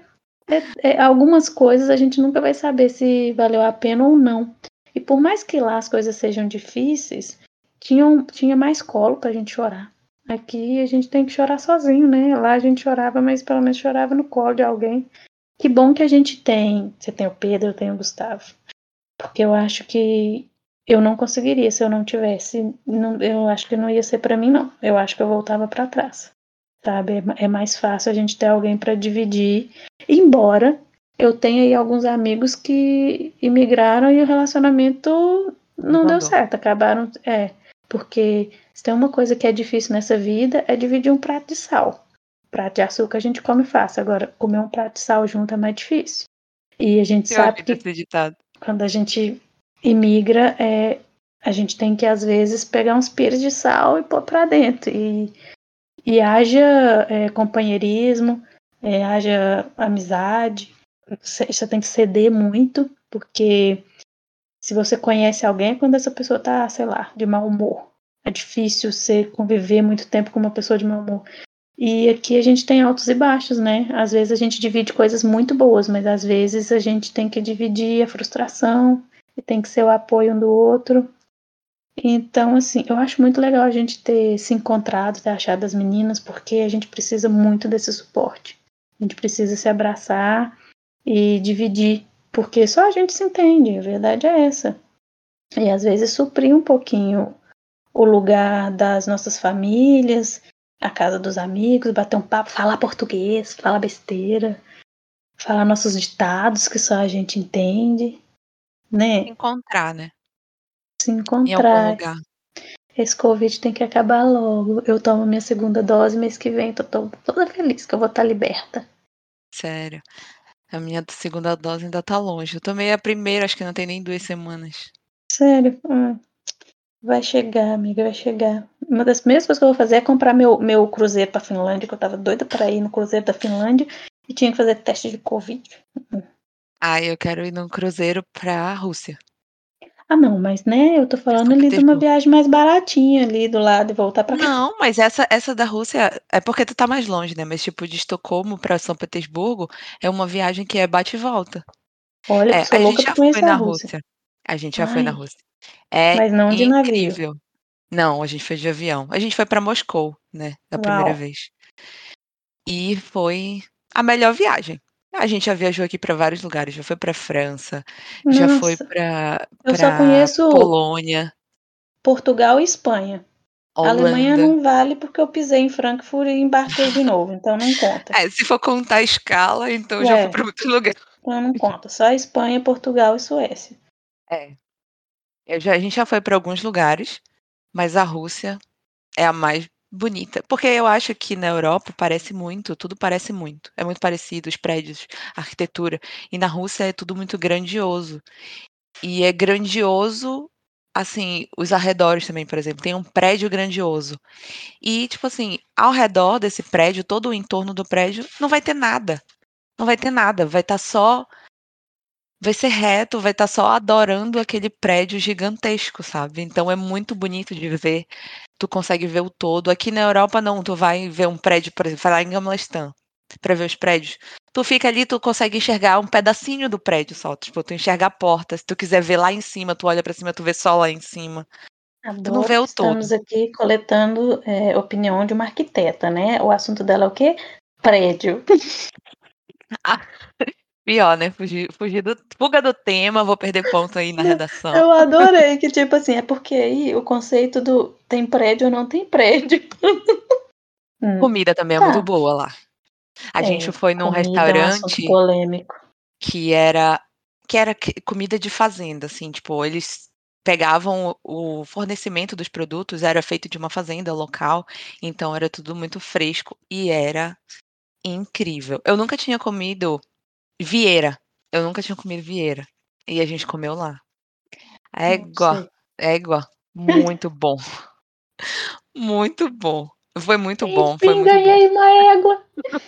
é, é, algumas coisas a gente nunca vai saber se valeu a pena ou não. E por mais que lá as coisas sejam difíceis, tinham, tinha mais colo pra gente chorar. Aqui a gente tem que chorar sozinho, né? Lá a gente chorava, mas pelo menos chorava no colo de alguém. Que bom que a gente tem. Você tem o Pedro, eu tenho o Gustavo. Porque eu acho que eu não conseguiria se eu não tivesse. Não, eu acho que não ia ser pra mim, não. Eu acho que eu voltava pra trás. Sabe? É, é mais fácil a gente ter alguém pra dividir. Embora eu tenha aí alguns amigos que imigraram e o relacionamento não deu Desandou. certo. Acabaram. É. Porque se tem uma coisa que é difícil nessa vida é dividir um prato de sal. Prato de açúcar a gente come fácil. Agora, comer um prato de sal junto é mais difícil. E a gente Eu sabe ouvi que desse ditado. quando a gente imigra, é, a gente tem que, às vezes, pegar uns pires de sal e pôr pra dentro. E, e haja é, companheirismo, é, haja amizade. Você, você tem que ceder muito, porque se você conhece alguém, é quando essa pessoa tá, sei lá, de mau humor. É difícil você conviver muito tempo com uma pessoa de mau humor. E aqui a gente tem altos e baixos, né? Às vezes a gente divide coisas muito boas, mas às vezes a gente tem que dividir a frustração e tem que ser o apoio um do outro. Então, assim, eu acho muito legal a gente ter se encontrado, ter achado as meninas, porque a gente precisa muito desse suporte. A gente precisa se abraçar e dividir, porque só a gente se entende, a verdade é essa. E às vezes suprir um pouquinho o lugar das nossas famílias, a casa dos amigos, bater um papo, falar português, falar besteira, falar nossos ditados que só a gente entende, né? Encontrar, né? Se Em algum encontrar. lugar. Esse Covid tem que acabar logo. Eu tomo minha segunda dose mês que vem, tô, tô toda feliz que eu vou estar liberta. Sério. A minha segunda dose ainda tá longe. Eu tomei a primeira, acho que não tem nem duas semanas. Sério? Hum. Vai chegar, amiga, vai chegar. Uma das primeiras coisas que eu vou fazer é comprar meu, meu cruzeiro pra Finlândia, que eu tava doida pra ir no cruzeiro da Finlândia e tinha que fazer teste de Covid. Hum. Ah, eu quero ir num cruzeiro pra Rússia. Ah, não, mas né, eu tô Pra falando São ali de uma Petersburgo. viagem mais baratinha ali do lado e voltar pra cá. Não, mas essa, essa da Rússia é porque tu tá mais longe, né? Mas tipo, de Estocolmo pra São Petersburgo é uma viagem que é bate e volta. Olha que É, eu sou a louca gente pra já foi conhecer a na Rússia. Rússia. A gente já foi na Ai, Rússia. É mas não de navio. incrível. Não, a gente foi de avião. A gente foi pra Moscou, né? Da primeira Uau. vez. E foi a melhor viagem. A gente já viajou aqui pra vários lugares. Já foi pra França, já foi Nossa, pra eu só pra conheço Polônia, Portugal e Espanha. A Alemanha Holanda. não vale porque eu pisei em Frankfurt e embarquei de novo, então não conta. É, se for contar a escala, então eu já fui É, pra muitos lugares. então não conta. Só Espanha, Portugal e Suécia. É, eu já a gente já foi pra alguns lugares, mas a Rússia é a mais bonita, porque eu acho que na Europa parece muito, tudo parece muito, é muito parecido, os prédios, a arquitetura, e na Rússia é tudo muito grandioso. E é grandioso, assim, os arredores também, por exemplo, tem um prédio grandioso. E, tipo assim, ao redor desse prédio, todo o entorno do prédio, não vai ter nada. Não vai ter nada, vai estar só vai ser reto, vai estar só adorando aquele prédio gigantesco, sabe. Então é muito bonito de ver, tu consegue ver o todo. Aqui na Europa não, tu vai ver um prédio, por exemplo, vai lá em Gamlestã, pra ver os prédios, tu fica ali, tu consegue enxergar um pedacinho do prédio só, tipo, tu enxerga a porta, se tu quiser ver lá em cima, tu olha pra cima, tu vê só lá em cima. Tu não Adoro vê que o todo. estamos aqui coletando é, opinião de uma arquiteta, né? O assunto dela é o quê? Prédio. Ah, pior, né, fugir fugir do fuga do tema, vou perder ponto aí na redação. Eu adorei que, tipo assim, é porque aí o conceito do tem prédio ou não tem prédio. Hum, Comida também é muito tá. boa lá. A gente É, foi num comida é um assunto restaurante polêmico. que era que era que comida de fazenda, assim, tipo, eles pegavam o o fornecimento dos produtos era feito de uma fazenda local, então era tudo muito fresco e era incrível. Eu nunca tinha comido Vieira, eu nunca tinha comido Vieira, e a gente comeu lá. Não Égua, sei. égua, muito bom, muito bom. Foi muito bom, foi Enfim, muito bom. ganhei uma égua.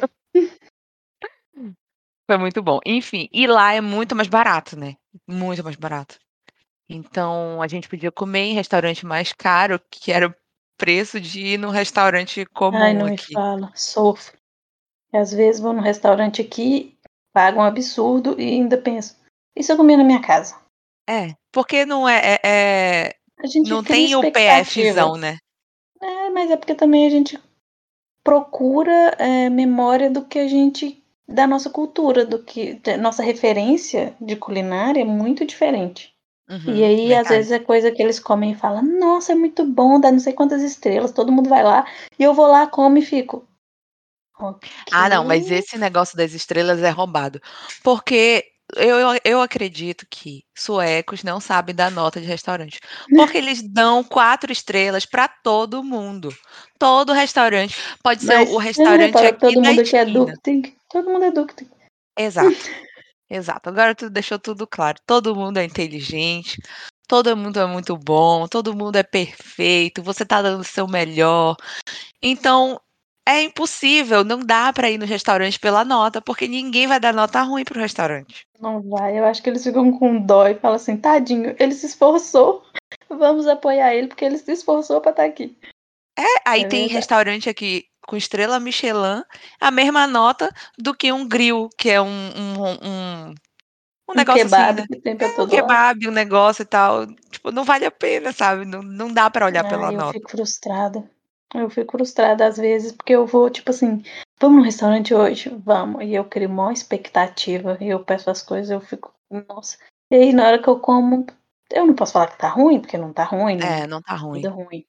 Foi muito bom. Enfim, e lá é muito mais barato, né, muito mais barato. Então a gente podia comer em restaurante mais caro, que era o preço de ir num restaurante Ai, comum não me aqui. fala. Sofro. Às vezes vou num restaurante aqui, pago um absurdo e ainda penso, e se eu comer na minha casa? É, porque não é é é A gente não cria tem o expectativa. PFzão, né. É, mas é porque também a gente procura é, memória do que a gente. Da nossa cultura, do que. Da nossa referência de culinária é muito diferente. E Uhum, aí, às vezes, verdade. é coisa que eles comem e falam, nossa, é muito bom, dá não sei quantas estrelas, todo mundo vai lá, e eu vou lá, como e fico. Ah, não, Ok. mas esse negócio das estrelas é roubado, porque eu eu eu acredito que suecos não sabem dar nota de restaurante, porque eles dão quatro estrelas pra todo mundo. Todo restaurante, pode ser o o Mas você não restaurante reparou que aqui todo da mundo aqui é esquina. ducting? Todo mundo é ducting. Exato. Exato, agora tu deixou tudo claro, todo mundo é inteligente, todo mundo é muito bom, todo mundo é perfeito, você tá dando o seu melhor, então é impossível, não dá pra ir no restaurante pela nota, porque ninguém vai dar nota ruim para o restaurante. Não vai, eu acho que eles ficam com dó e falam assim, tadinho, ele se esforçou, vamos apoiar ele porque ele se esforçou pra estar aqui. É, aí É tem verdade. restaurante aqui com estrela Michelin, a mesma nota do que um grill, que é um um um um Um negócio assim, kebab né. que tem pra É, um todo lado. kebab, um negócio e tal, tipo, não vale a pena, sabe, não não dá pra olhar pela Ai, eu nota. fico frustrada. Eu fico frustrada às vezes, porque eu vou, tipo assim: "Vamos no restaurante hoje?", "Vamos", e eu crio maior expectativa, e eu peço as coisas, eu fico: "Nossa", e aí na hora que eu como, eu não posso falar que tá ruim, porque não tá ruim, não É, tem não tá ruim. comida ruim,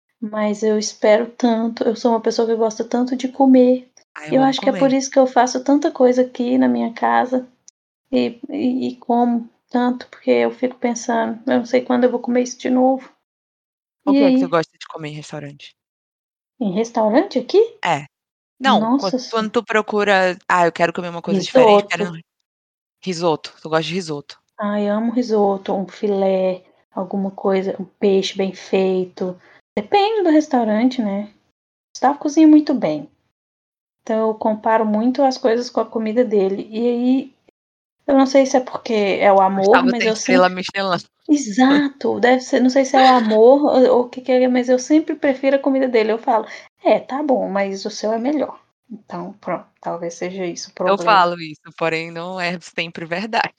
mas eu espero tanto, eu sou uma pessoa que gosta tanto de comer, Ah, e eu eu amo acho que é por comer. isso que eu faço tanta coisa aqui na minha casa, e e e como tanto, porque eu fico pensando: "Eu não sei quando eu vou comer isso de novo". O E que é que tu aí gosta de comer em restaurante? Em restaurante aqui? É. Não, quan Nossa sen quando tu procura: "Ah, eu quero comer uma coisa diferente, quero Risoto. um risoto", tu gosta de risoto. Ai, amo risoto, um filé, alguma coisa, um peixe bem feito. Depende do restaurante, né. Gustavo cozinha muito bem. Então eu comparo muito as coisas com a comida dele. E aí, eu não sei se é porque é o amor, Gustavo mas tem eu estrela sempre Michelin. exato, deve ser, não sei se é o amor ou ou o que que é, mas eu sempre prefiro a comida dele. Eu falo: "É, tá bom, mas o seu é melhor". Então pronto, talvez seja isso o Eu problema. falo isso, porém não é sempre verdade.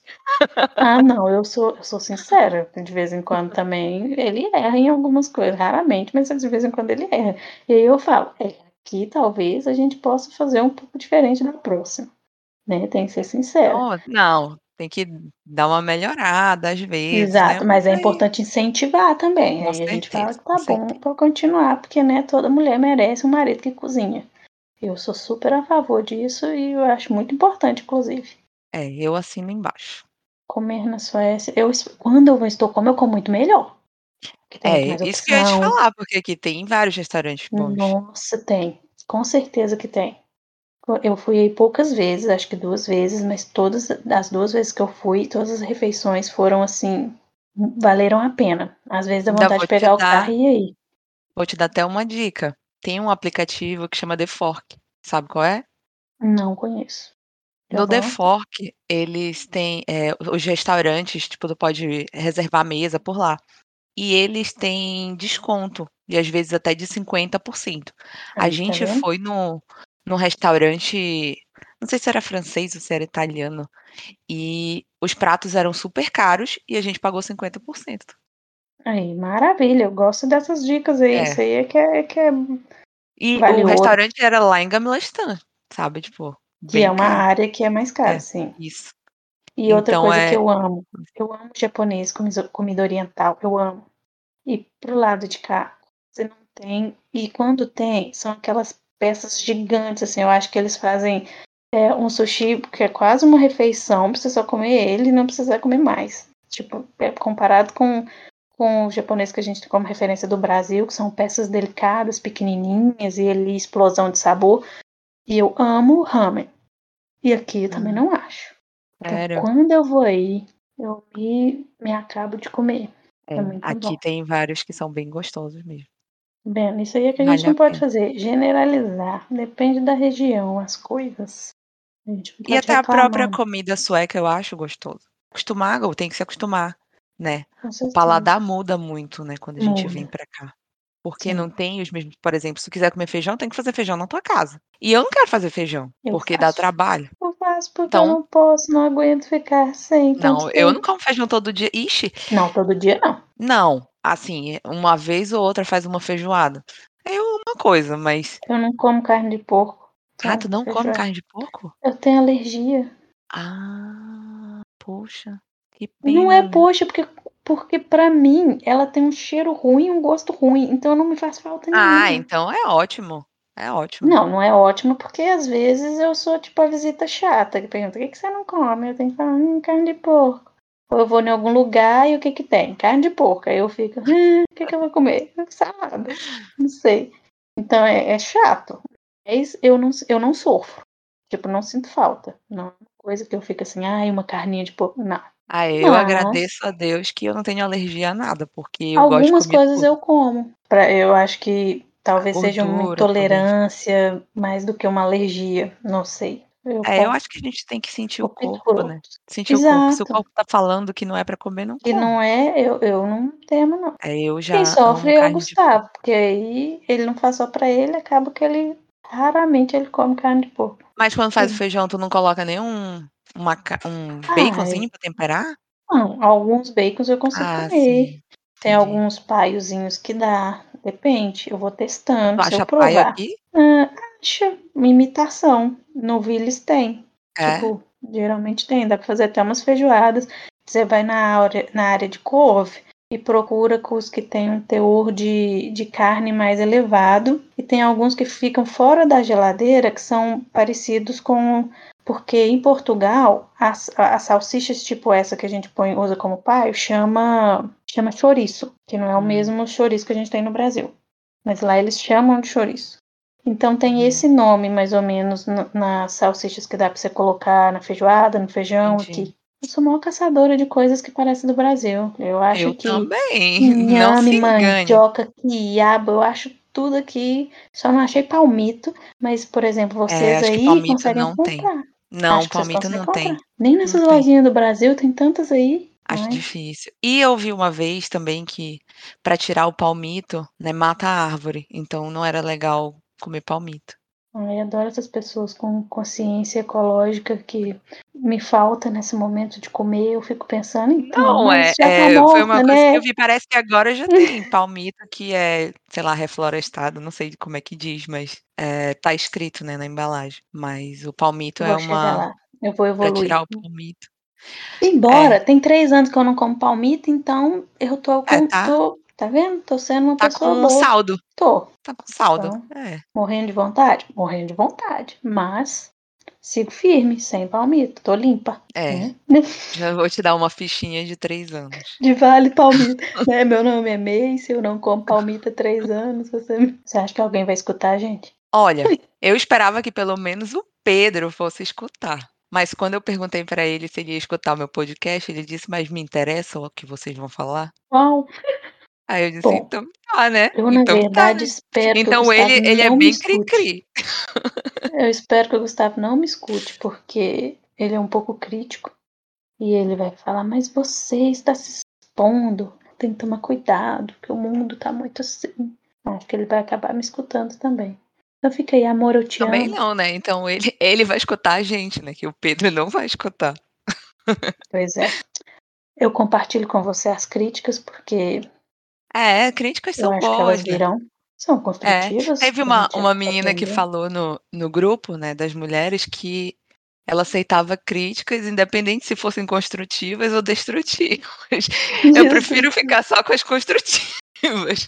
Ah não, eu sou eu sou sincera, de vez em quando também ele erra em algumas coisas, raramente, mas de vez em quando ele erra. E aí eu falo: "É, aqui talvez a gente possa fazer um pouco diferente na próxima", né, tem que ser sincera. No não, tem que dar uma melhorada às vezes, né, Exato, mas mas é aí importante incentivar também, Com aí a gente fala certeza, que com tá bom certeza. pra continuar, porque, né, toda mulher merece um marido que cozinha. Eu sou super a favor disso e eu acho muito importante inclusive. É, eu assino embaixo. Comer na Suécia, eu es quando eu vou em Estocolmo eu como muito melhor, porque tem muito É, mais isso que eu ia te opção. falar, porque aqui tem vários restaurantes bons. Nossa, tem, com certeza que tem. Co eu fui aí poucas vezes, acho que duas vezes, mas todas as duas vezes que eu fui, todas as refeições foram, assim, valeram a pena. Às vezes dá Ainda vontade vou de te pegar o carro dar e ir aí. vou te dar até uma dica, tem um aplicativo que chama TheFork, sabe qual é? Não conheço. Já No vou anotar. TheFork, eles têm, eh, os restaurantes, tipo, tu pode reservar mesa por lá, e eles têm desconto, e às vezes até de cinquenta por cento. A Aí, tá gente vendo? foi no num restaurante, não sei se era francês ou se era italiano, e os pratos eram super caros e a gente pagou cinquenta por cento. Aí, maravilha, eu gosto dessas dicas aí, isso É. aí é que é que é E o vale ouro. restaurante era lá em Gamilestã, sabe, tipo, Que é bem uma caro. área que é mais cara, É, sim. isso. E outra Então coisa que é eu amo, eu amo japonês, comiso comida oriental, eu amo. E para o lado de cá, você não tem, e quando tem, são aquelas peças gigantes, assim, eu acho que eles fazem, eh, um sushi que é quase uma refeição pra você só comer ele e não precisar comer mais. Tipo, eh, comparado com com o japonês que a gente tem como referência do Brasil, que são peças delicadas, pequenininhas e ali explosão de sabor, e eu amo ramen. E aqui eu também Hum. não acho. Então Sério? quando eu vou aí, eu me me acabo de comer. É É, muito aqui bom. tem vários que são bem gostosos mesmo. Vendo, isso aí é que a gente Vale a não pode pena. fazer, generalizar, depende da região, as coisas. A gente não E pode até a própria reclamar. comida sueca eu acho gostoso. Acostumar, tem que se acostumar, né. Com O certeza. paladar muda muito, né, quando a gente vem Muda. pra cá. Porque não Sim. tem os mesmos, por exemplo, se tu quiser comer feijão, tem que fazer feijão na tua casa. E eu não quero fazer feijão, Eu porque dá faço. trabalho. Eu faço porque eu Então não posso, não aguento ficar sem tanto Não, eu não tempo. como feijão todo dia. Ixi. Não, todo dia não. Não, assim, uma vez ou outra faz uma feijoada. É uma coisa, mas Eu não como carne de porco, Ah, tu então não come feijoada carne de porco? eu tenho alergia. Ah, poxa, que Não é pena, né. poxa, porque porque pra mim ela tem um cheiro ruim e um gosto ruim, então não me faz falta Ah, nenhuma. então é ótimo, é ótimo. Não, não é ótimo, porque às vezes eu sou tipo a visita chata que pergunta: "O que que você não come?" Eu tenho que falar: "Hum, carne de porco". Ou eu vou em algum lugar e o que que tem? Carne de porco, aí eu fico: "Hã, o que que eu vou comer? Salada", não sei. Então é é chato, mas eu não eu não sofro, tipo, não sinto falta, não é uma coisa que eu fico assim: "Ai, uma carninha de porco", não. Ah, eu Mas agradeço a Deus que eu não tenho alergia a nada, porque eu gosto de algumas comer coisas tudo. eu como, pra eu acho que A talvez seja uma gordura talvez. intolerância mais do que uma alergia, não sei, eu É, eu como. acho que a gente tem que sentir o Opto corpo, por né, outros. sentir o corpo, se o Exato. corpo tá falando que não é pra comer, não E come. não é, eu eu não temo não. É, eu Quem já sofre amo é o carne de porco. Gustavo, porque aí ele não faz só pra ele, acaba que ele raramente ele come carne de porco. Mas quando faz o Ele feijão, tu não coloca nenhum Uma ca um Ai. baconzinho pra temperar? Não, alguns bacons eu consigo Ah, comer. sim. Tem Entendi. alguns paiozinhos que dá, depende, eu vou Tu testando, se eu acha paio provar. aqui? Hã, acha, uma imitação. No Villys tem, É? tipo, geralmente tem, dá pra fazer até umas feijoadas. Você vai na área na área de couve e procura com os que têm um teor de de carne mais elevado, e tem alguns que ficam fora da geladeira que são parecidos com porque em Portugal as as salsichas tipo essa que a gente põe usa como paio chama chama chouriço, que não é o Hum. mesmo chouriço que a gente tem no Brasil, mas lá eles chamam de chouriço. Então tem Uhum. esse nome mais ou menos na nas salsichas que dá pra você colocar na feijoada, no feijão Entendi. aqui. Eu sou maior caçadora de coisas que parecem do Brasil. Eu acho Eu que também, não inhame, se engane. mandioca, quiabo, eu acho tudo aqui, só não achei palmito, mas, por exemplo, É, vocês acho que aí palmito conseguem não tem. comprar. Não, Acho que vocês palmito conseguem não comprar. tem. Nem Não nessas tem. lojinhas do Brasil tem tantas aí, Acho mas difícil. E eu vi uma vez também que pra tirar o palmito, né, mata a árvore, então não era legal comer palmito. Ai, adoro essas pessoas com consciência ecológica que me falta nesse momento de comer, eu fico pensando: "Então, Não, é mas já tá é, foi uma morta, coisa que eu né". vi, parece que agora já tem palmito que é, sei lá, reflorestado, não sei como é que diz, mas, eh, tá escrito, né, na embalagem. Mas o palmito Eu é vou chegar uma lá, eu vou pra tirar evoluir. o palmito. É. Embora, tem três anos que eu não como palmito, então eu tô É, com tá tô tá vendo? Tô sendo uma tá pessoa com boa. saldo, Tô. tá com saldo. Então, É. morrendo de vontade? Morrendo de vontade, mas sigo firme, sem palmito, tô limpa, É, né. já vou te dar uma fichinha de três anos. De vale palmito, né, meu nome é Macy, eu não como palmito há três anos, você você acha que alguém vai escutar a gente? Olha, eu esperava que pelo menos o Pedro fosse escutar, mas quando eu perguntei pra ele se ele ia escutar o meu podcast, ele disse: "Mas me interessa o que vocês vão falar?" Qual? Aí eu disse: Bom, "Então tá, né, eu na então tá, verdade né". espero que o Então Gustavo ele ele é não me bem escute. cri-cri. Eu espero que o Gustavo não me escute, porque ele é um pouco crítico, e ele vai falar: "Mas você está se expondo, tem que tomar cuidado, que o mundo tá muito assim". Acho que ele vai acabar me escutando também. Então fica aí, amor, eu te Também amo. não, né, então ele ele vai escutar a gente, né, que o Pedro não vai escutar. Pois é. Eu compartilho com você as críticas, porque É, críticas eu são acho que elas boas, né. virão. São É, construtivas teve pra uma gente a uma menina que aprender. falou no no grupo, né, das mulheres, que ela aceitava críticas independente se fossem construtivas ou destrutivas. Eu Jesus prefiro Cristo. ficar só com as construtivas.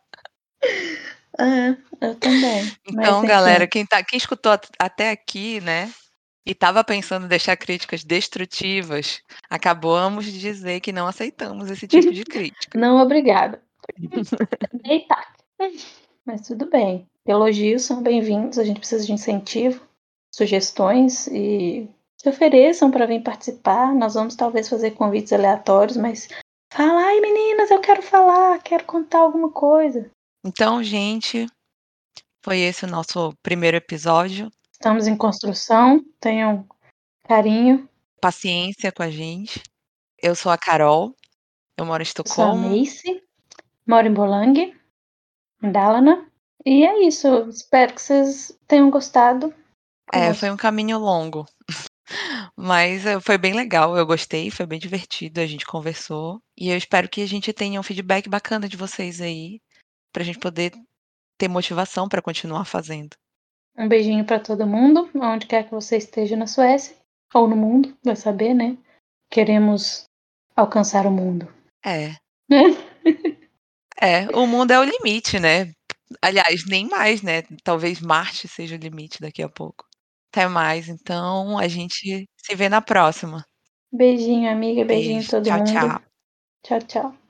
É, eu também, mas Então galera, enfim. quem tá quem escutou at até aqui, né, e estava pensando em deixar críticas destrutivas, acabamos de dizer que não aceitamos esse tipo de crítica. Não obrigada. Eita. Mas tudo bem, elogios são bem-vindos, a gente precisa de incentivo, sugestões e se ofereçam pra vir participar, nós vamos talvez fazer convites aleatórios, mas fala: "Ai meninas, eu quero falar, quero contar alguma coisa". Então gente, foi esse o nosso primeiro episódio. Estamos em construção, tenham carinho. Paciência com a gente. Eu sou a Carol, eu moro em Eu sou a Estocolmo. Macy, moro em Bolange, em Dalarna, e é isso, eu espero que vocês tenham gostado É, foi um conosco. caminho longo, mas, eh, foi bem legal, eu gostei, foi bem divertido, a gente conversou, e eu espero que a gente tenha um feedback bacana de vocês aí, pra gente poder ter motivação pra continuar fazendo. Um beijinho pra todo mundo, aonde quer que você esteja na Suécia, ou no mundo, vai saber, né. Queremos alcançar o mundo. É. Né. É, o mundo é o limite, né. Aliás, nem mais, né, talvez Marte seja o limite daqui a pouco. Até mais, então a gente se vê na próxima. Beijinho amiga, beijinho Beijo, todo tchau, mundo. tchau. Tchau, tchau.